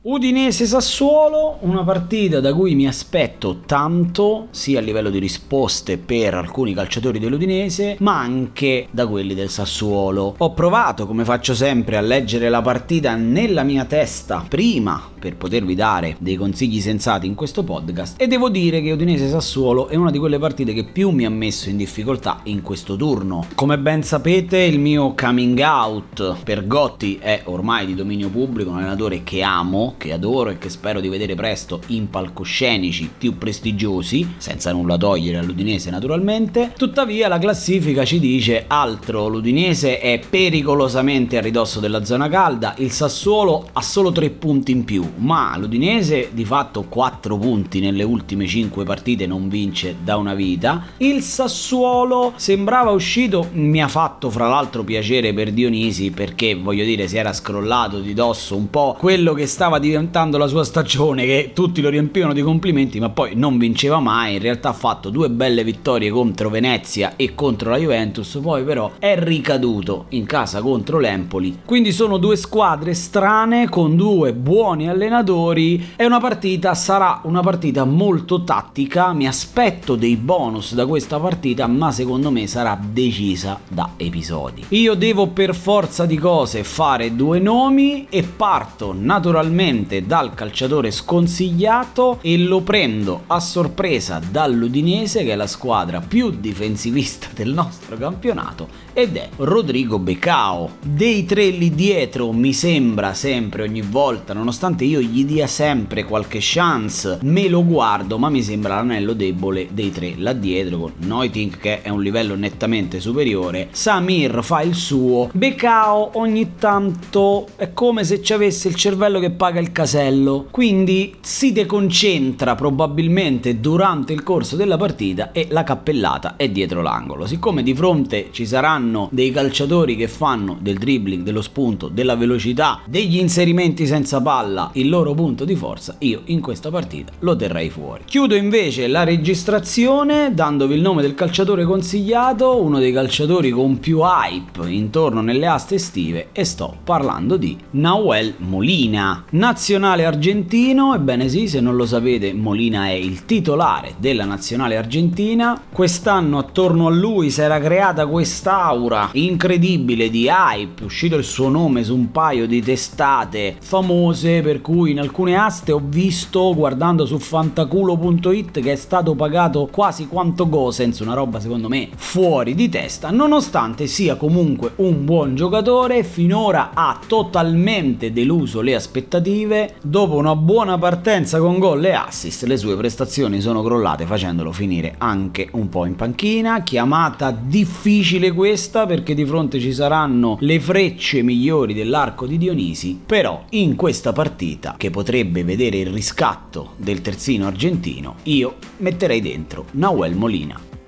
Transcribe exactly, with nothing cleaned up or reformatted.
Udinese-Sassuolo, una partita da cui mi aspetto tanto, sia a livello di risposte per alcuni calciatori dell'Udinese, ma anche da quelli del Sassuolo. Ho provato, come faccio sempre, a leggere la partita nella mia testa prima, per potervi dare dei consigli sensati in questo podcast, e devo dire che Udinese-Sassuolo è una di quelle partite che più mi ha messo in difficoltà in questo turno. Come ben sapete, il mio coming out per Gotti è ormai di dominio pubblico, un allenatore che amo, che adoro e che spero di vedere presto in palcoscenici più prestigiosi, senza nulla togliere all'Udinese naturalmente. Tuttavia la classifica ci dice altro: l'Udinese è pericolosamente a ridosso della zona calda, il Sassuolo ha solo tre punti in più, ma l'Udinese di fatto quattro punti nelle ultime cinque partite, non vince da una vita. Il Sassuolo sembrava uscito, mi ha fatto fra l'altro piacere per Dionisi, perché voglio dire si era scrollato di dosso un po' quello che stava diventando la sua stagione, che tutti lo riempivano di complimenti ma poi non vinceva mai. In realtà ha fatto due belle vittorie contro Venezia e contro la Juventus, poi però è ricaduto in casa contro l'Empoli. Quindi sono due squadre strane con due buoni allenatori e una partita sarà una partita molto tattica. Mi aspetto dei bonus da questa partita, ma secondo me sarà decisa da episodi. Io devo per forza di cose fare due nomi e parto naturalmente dal calciatore sconsigliato e lo prendo a sorpresa dall'Udinese, che è la squadra più difensivista del nostro campionato, ed è Rodrigo Becao. Dei tre lì dietro mi sembra sempre, ogni volta, nonostante io gli dia sempre qualche chance, me lo guardo, ma mi sembra l'anello debole dei tre là dietro, con Neutink che è un livello nettamente superiore, Samir fa il suo, Becao ogni tanto è come se ci avesse il cervello che paga il casello, quindi si deconcentra probabilmente durante il corso della partita e la cappellata è dietro l'angolo. Siccome di fronte ci saranno dei calciatori che fanno del dribbling, dello spunto, della velocità, degli inserimenti senza palla il loro punto di forza, io in questa partita lo terrei fuori. Chiudo invece la registrazione dandovi il nome del calciatore consigliato, uno dei calciatori con più hype intorno nelle aste estive, e sto parlando di Nahuel Molina, nazionale argentino. Ebbene sì, se non lo sapete, Molina è il titolare della nazionale argentina. Quest'anno attorno a lui si era creata quest'aura incredibile di hype, è uscito il suo nome su un paio di testate famose, per cui in alcune aste ho visto, guardando su fantaculo punto it, che è stato pagato quasi quanto Gosens, una roba secondo me fuori di testa. Nonostante sia comunque un buon giocatore, finora ha totalmente deluso le aspettative. Dopo una buona partenza con gol e assist, le sue prestazioni sono crollate, facendolo finire anche un po' in panchina. Chiamata difficile questa, perché di fronte ci saranno le frecce migliori dell'arco di Dionisi, però in questa partita, che potrebbe vedere il riscatto del terzino argentino, io metterei dentro Nahuel Molina.